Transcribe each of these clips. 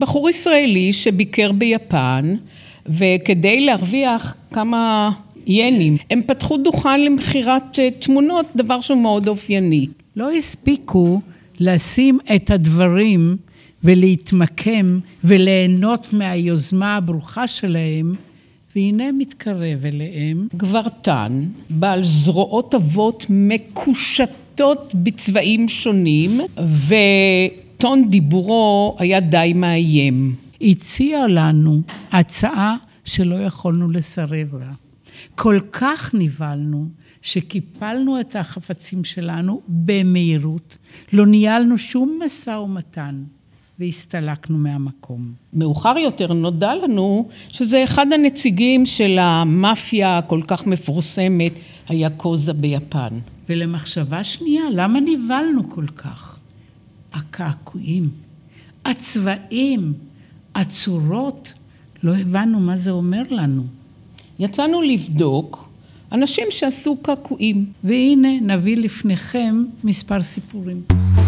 בחור ישראלי שביקר ביפן, וכדי להרוויח כמה ינים, הם פתחו דוכן למכירת תמונות, דבר שהוא מאוד אופייני. לא הספיקו לשים את הדברים ולהתמקם וליהנות מהיוזמה הברוכה שלהם, והנה מתקרב אליהם גברתן, בעל זרועות אבות מקושטות בצבעים שונים, וטון דיבורו היה די מאיים. הציע לנו הצעה שלא יכולנו לסרב לה. כל כך נבהלנו שקיפלנו את החפצים שלנו במהירות, לא ניהלנו שום משא ומתן, והסתלקנו מהמקום. מאוחר יותר נודע לנו שזה אחד הנציגים של המאפיה הכל כך מפורסמת, היאקוזה ביפן. ולמחשבה שנייה, למה נבהלנו כל כך? הקעקועים, הצבעים, הצורות, לא הבנו מה זה אומר לנו. יצאנו לבדוק אנשים שעשו קעקועים. והנה נביא לפניכם מספר סיפורים.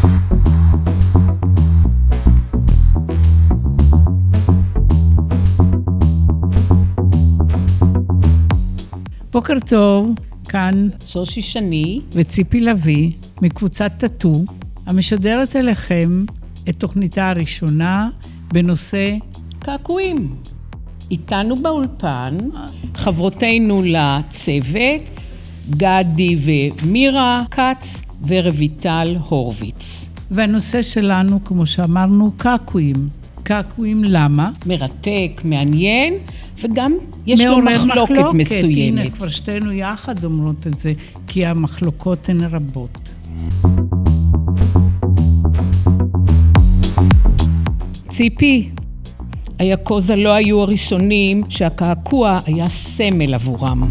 בוקר טוב, כאן שושי שני וציפי לוי מקבוצת טאטו, המשדרת אליכם את תוכניתה הראשונה בנושא קעקועים. איתנו באולפן חברותינו לצוות, גדי ומירה קץ ורויטל הורוביץ. והנושא שלנו, כמו שאמרנו, קעקועים. קעקועים למה? מרתק, מעניין, וגם יש לו מחלוקת מסוימת. הנה, כבר שתינו יחד אומרות את זה, כי המחלוקות הן רבות. ציפי, היאקוזה לא היו הראשונים שהקעקוע היה סמל עבורם.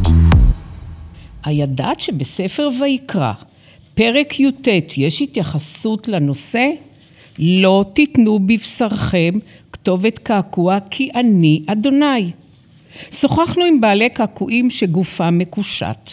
הידעת שבספר ויקרא, פרק י"ט, יש התייחסות לנושא? לא תיתנו בבשרכם כתובת קעקוע כי אני אדוני. שוחחנו עם בעלי קעקועים שגופם מקושט.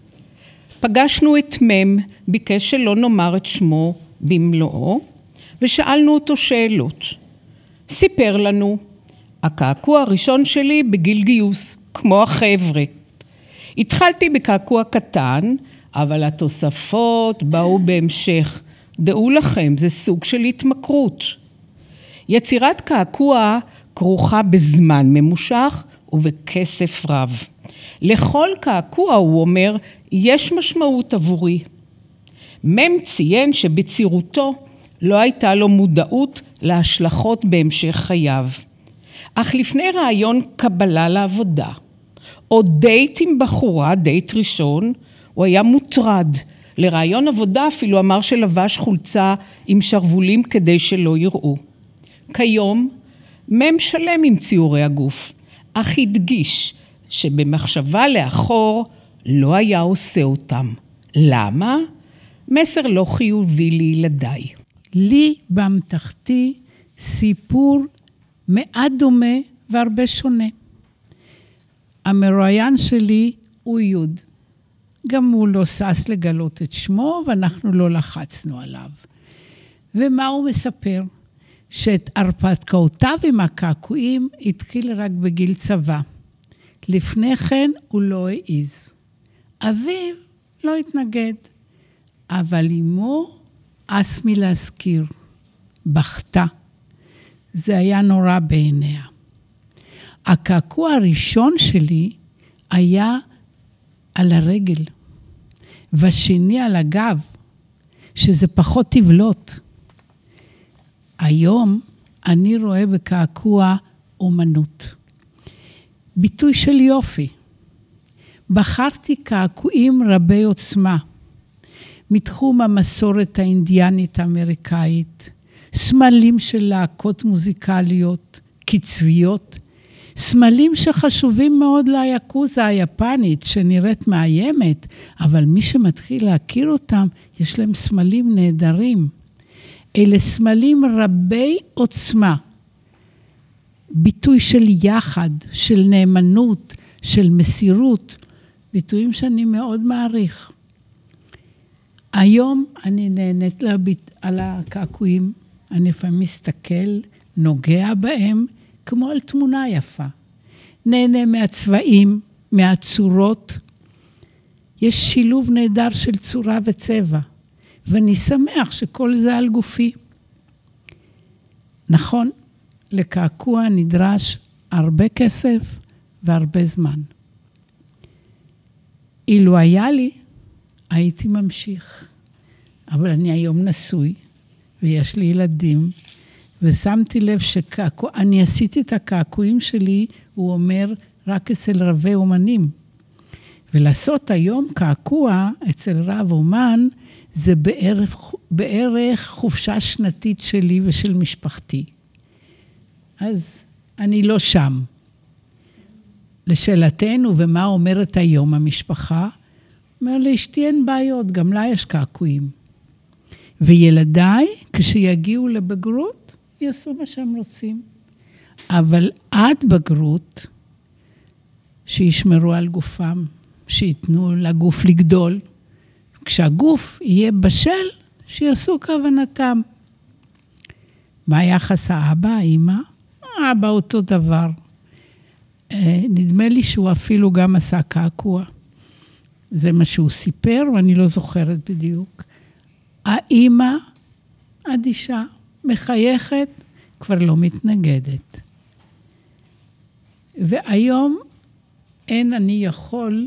פגשנו את מם, ביקש שלא נאמר את שמו במלואו, ושאלנו אותו שאלות. סיפר לנו, הקעקוע הראשון שלי בגיל גיוס, כמו החבר'ה. התחלתי בקעקוע קטן, אבל התוספות באו בהמשך. דעו לכם, זה סוג של התמכרות. יצירת קעקוע כרוכה בזמן ממושך ובכסף רב. לכל קעקוע, הוא אומר, יש משמעות עבורי. מם ציין שבצעירותו לא הייתה לו מודעות להשלכות בהמשך חייו. אך לפני רעיון קבלה לעבודה, או דייט עם בחורה, דייט ראשון, הוא היה מוטרד. לרעיון עבודה אפילו אמר שלבש חולצה עם שרבולים כדי שלא יראו. כיום, מם שלם עם ציורי הגוף, אך הדגיש שבמחשבה לאחור לא היה עושה אותם. למה? מסר לא חיובי לילדיי. לי באמתחתי סיפור מעט דומה והרבה שונה. המרואיין שלי הוא יוד. גם הוא לא סס לגלות את שמו ואנחנו לא לחצנו עליו. ומה הוא מספר? שאת הרפתקאותיו עם הקעקועים התחיל רק בגיל צבא. לפני כן הוא לא העיז. אביו לא התנגד, אבל אמו אס מלהזכיר, בכתה. זה היה נורא בעיניה. הקעקוע הראשון שלי היה על הרגל, והשני על הגב, שזה פחות תבלוט. היום אני רואה בקעקוע אומנות. ביטוי של יופי. בחרתי קעקועים רבי עוצמה, מתחום המסורת האינדיאנית האמריקאית, סמלים של להקות מוזיקליות, קצביות, סמלים שחשובים מאוד ליאקוזה היפנית, שנראית מאיימת, אבל מי שמתחיל להכיר אותם, יש להם סמלים נהדרים. אלה סמלים רבי עוצמה, ביטוי של יחד, של נאמנות, של מסירות, ביטויים שאני מאוד מעריך. היום אני נהנית להביט על הקעקועים, אני לפעמים מסתכל נוגע בהם כמו על תמונה יפה. נהנה מהצבעים, מהצורות. יש שילוב נהדר של צורה וצבע, ואני שמח שכל זה על גופי. נכון, לקעקוע נדרש הרבה כסף והרבה זמן. אילו היה לי, הייתי ממשיך. אבל אני היום נשוי, ויש לי ילדים, ושמתי לב אני עשיתי את הקעקועים שלי, הוא אומר, רק אצל רבי אומנים. ולעשות היום קעקוע אצל רב אומן, זה בערך חופשה שנתית שלי ושל משפחתי. אז אני לא שם. לשאלתנו, ומה אומרת היום המשפחה? אומר, לאשתי אין בעיות, גם לה יש קעקועים. וילדיי, כשיגיעו לבגרות, יעשו מה שהם רוצים. אבל עד בגרות, שישמרו על גופם, שיתנו לגוף לגדול. כשהגוף יהיה בשל, שיעשו כוונתם. מה יחס האבא, האמא? האבא אותו דבר. נדמה לי שהוא אפילו גם עשה קעקוע. זה מה שהוא סיפר, ואני לא זוכרת בדיוק. האמא, אדישה, מחייכת, כבר לא מתנגדת. והיום אין אני יכול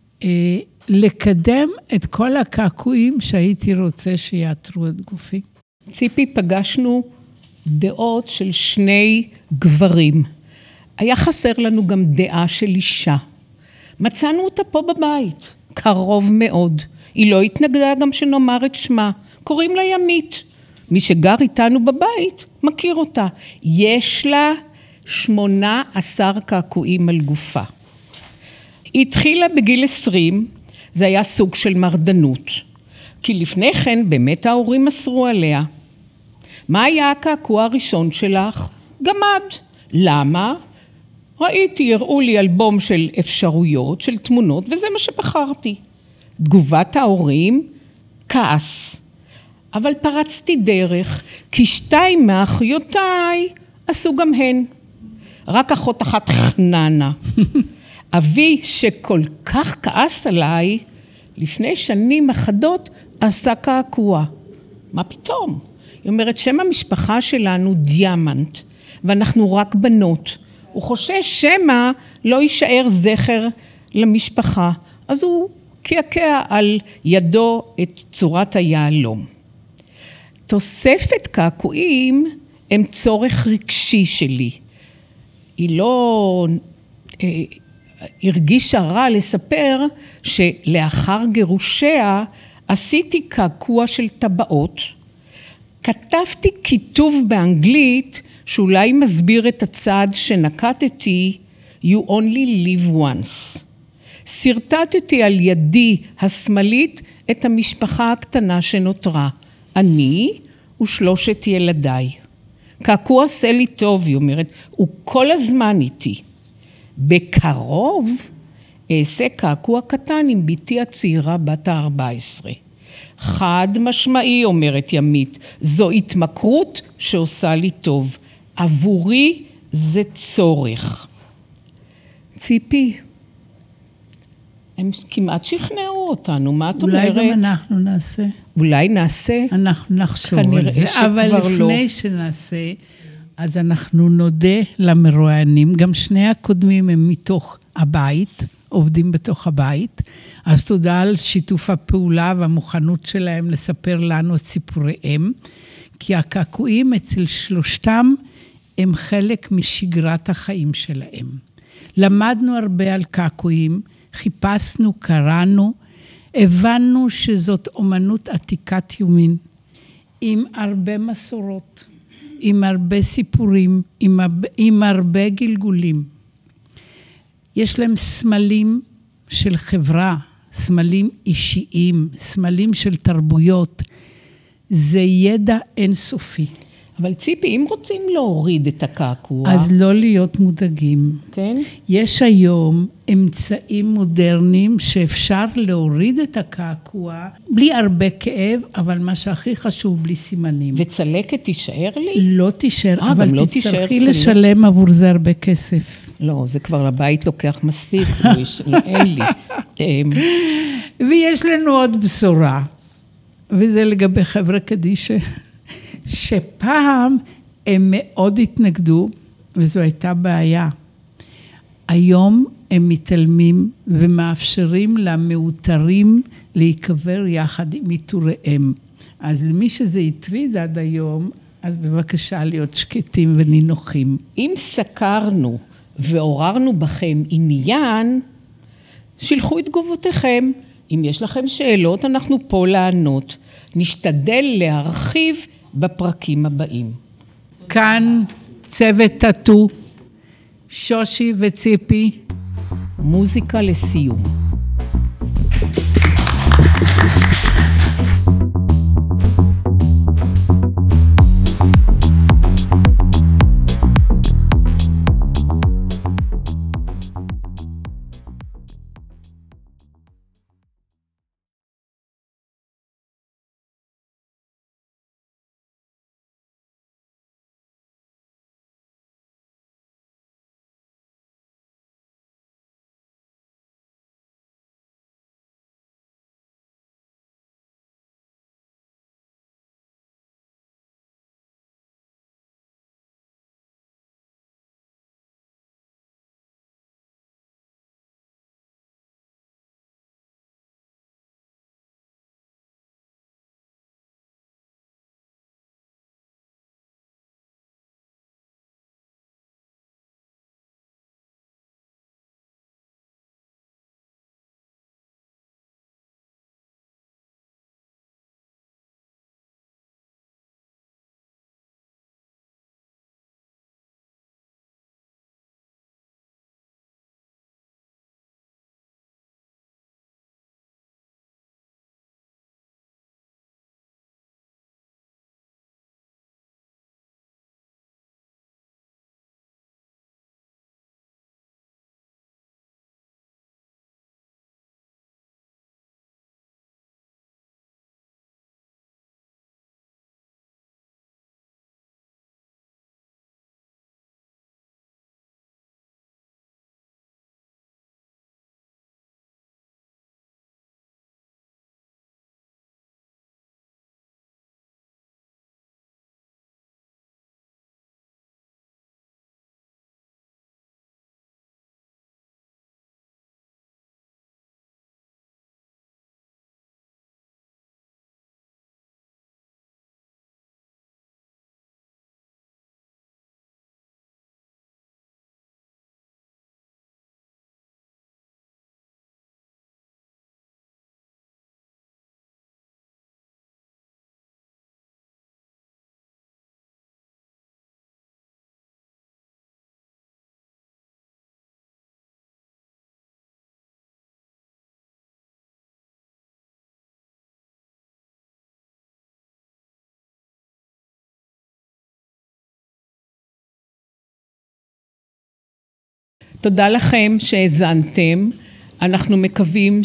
לקדם את כל הקעקועים שהייתי רוצה שיעטרו את גופי. ציפי, פגשנו דעות של שני גברים. היה חסר לנו גם דעה של אישה. מצאנו אותה פה בבית, קרוב מאוד. היא לא התנגדה גם שנאמר את שמה. קוראים לה ימית. מי שגר איתנו בבית מכיר אותה. יש לה 18 קעקועים על גופה. היא התחילה בגיל 20, זה היה סוג של מרדנות. כי לפני כן באמת ההורים אסרו עליה. מה היה הקעקוע הראשון שלך? גמד. למה? ראיתי, הראו לי אלבום של אפשרויות, של תמונות, וזה מה שבחרתי. תגובת ההורים, כעס. אבל פרצתי דרך, כי 2 מאחיותיי עשו גם הן. רק אחות אחת חננה. אבי שכל כך כעס עליי, לפני שנים אחדות עשה קעקוע. מה פתאום? היא אומרת, שם המשפחה שלנו דיאמנט, ואנחנו רק בנות. הוא חושש שמה לא יישאר זכר למשפחה, אז הוא קעקע על ידו את צורת היהלום. תוספת קעקועים הם צורך רגשי שלי. היא לא הרגישה רע לספר שלאחר גירושיה עשיתי קעקוע של טבעות, כתבתי כיתוב באנגלית שאולי מסביר את הצעד שנקטתי, you only live once. סרטטתי על ידי השמאלית את המשפחה הקטנה שנותרה, אני ו3 ילדיי. קעקוע עשה לי טוב, היא אומרת, הוא כל הזמן איתי. בקרוב אעשה קעקוע קטן עם ביתי הצעירה בת ה-14. חד משמעי, אומרת ימית, זו התמכרות שעושה לי טוב. עבורי זה צורך. ציפי, הם כמעט שכנעו אותנו, מה את אומרת? אולי גם אנחנו נעשה. אולי נעשה? אנחנו נחשוב על זה, אבל לפני שנעשה, אז אנחנו נודה למרואיינים, גם 2 הקודמים הם מתוך הבית, עובדים בתוך הבית, אז תודה על שיתוף הפעולה והמוכנות שלהם לספר לנו את סיפוריהם, כי הקעקועים אצל 3 הם חלק משגרת החיים שלהם. למדנו הרבה על קעקועים, חיפשנו, קראנו, הבנו שזאת אומנות עתיקת יומין, עם הרבה מסורות, עם הרבה סיפורים, עם הרבה גלגולים. יש להם סמלים של חברה, סמלים אישיים, סמלים של תרבויות. זה ידע אינסופי. אבל ציפי, אם רוצים להוריד את הקעקוע... אז לא להיות מודאגים. כן? יש היום אמצעים מודרניים שאפשר להוריד את הקעקוע, בלי הרבה כאב, אבל מה שהכי חשוב, בלי סימנים. וצלקת תישאר לי? לא תישאר, אבל לא תצטרכי לשלם עבור זה הרבה כסף. לא, זה כבר לבית לוקח מספיק, לא, אין לי. ויש לנו עוד בשורה, וזה לגבי חברה קדישא, שפעם הם מאוד התנגדו, וזו הייתה בעיה. היום הם מתעלמים ומאפשרים למאותרים להיקבר יחד עם איתוריהם. אז למי שזה הטריד עד היום, אז בבקשה להיות שקטים ונינוחים. אם סקרנו ועוררנו בכם עניין, שילחו את תגובותיכם. אם יש לכם שאלות, אנחנו פה לענות. נשתדל להרחיב בפרקים הבאים. כאן צוות טאטו, שושי וציפי. מוזיקה לסיום. תודה לכם שהאזנתם. אנחנו מקווים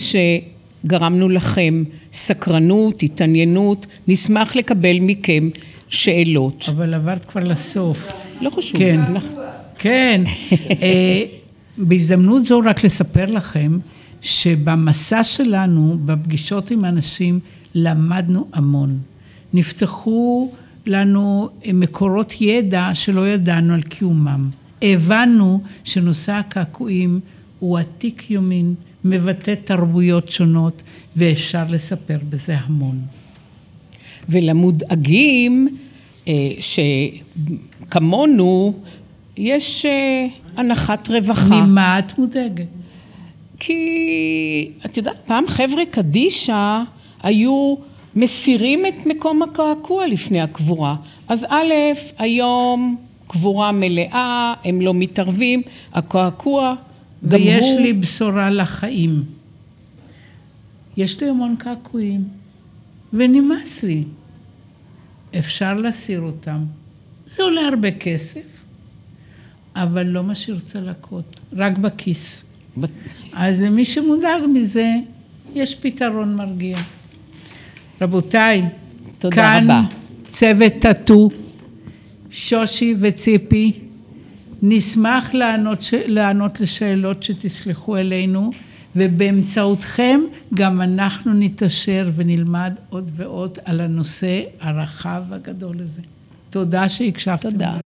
שגרמנו לכם סקרנות, התעניינות. נשמח לקבל מכם שאלות. אבל עברת כבר לסוף. לא חשוב. כן. כן. בהזדמנות זו רק לספר לכם שבמסע שלנו, בפגישות עם אנשים, למדנו המון. נפתחו לנו מקורות ידע שלא ידענו על קיומם. הבנו שנושא הקעקועים הוא עתיק יומין, מבטא תרבויות שונות, ואפשר לספר בזה המון. ולמודאגים שכמונו יש הנחת רווחה. ממה את מודאגת? כי את יודעת, פעם חבר'ה קדישא היו מסירים את מקום הקעקוע לפני הקבורה. אז א', היום קבורה מלאה, הם לא מתערבים, הקעקוע גם ויש לי בשורה לחיים. יש לי המון קעקועים, ונמאס לי. אפשר להסיר אותם, זה עולה הרבה כסף, אבל לא משאיר צלקות, רק בכיס. אז למי שמודאג מזה, יש פתרון מרגיע. רבותיי, כאן רבה. צוות טאטו, שושי וציפי, נשמח לענות לשאלות שתסלחו אלינו, ובאמצעותכם גם אנחנו נתעשר ונלמד עוד ועוד על הנושא הרחב הגדול הזה. תודה שהקשבתם. תודה.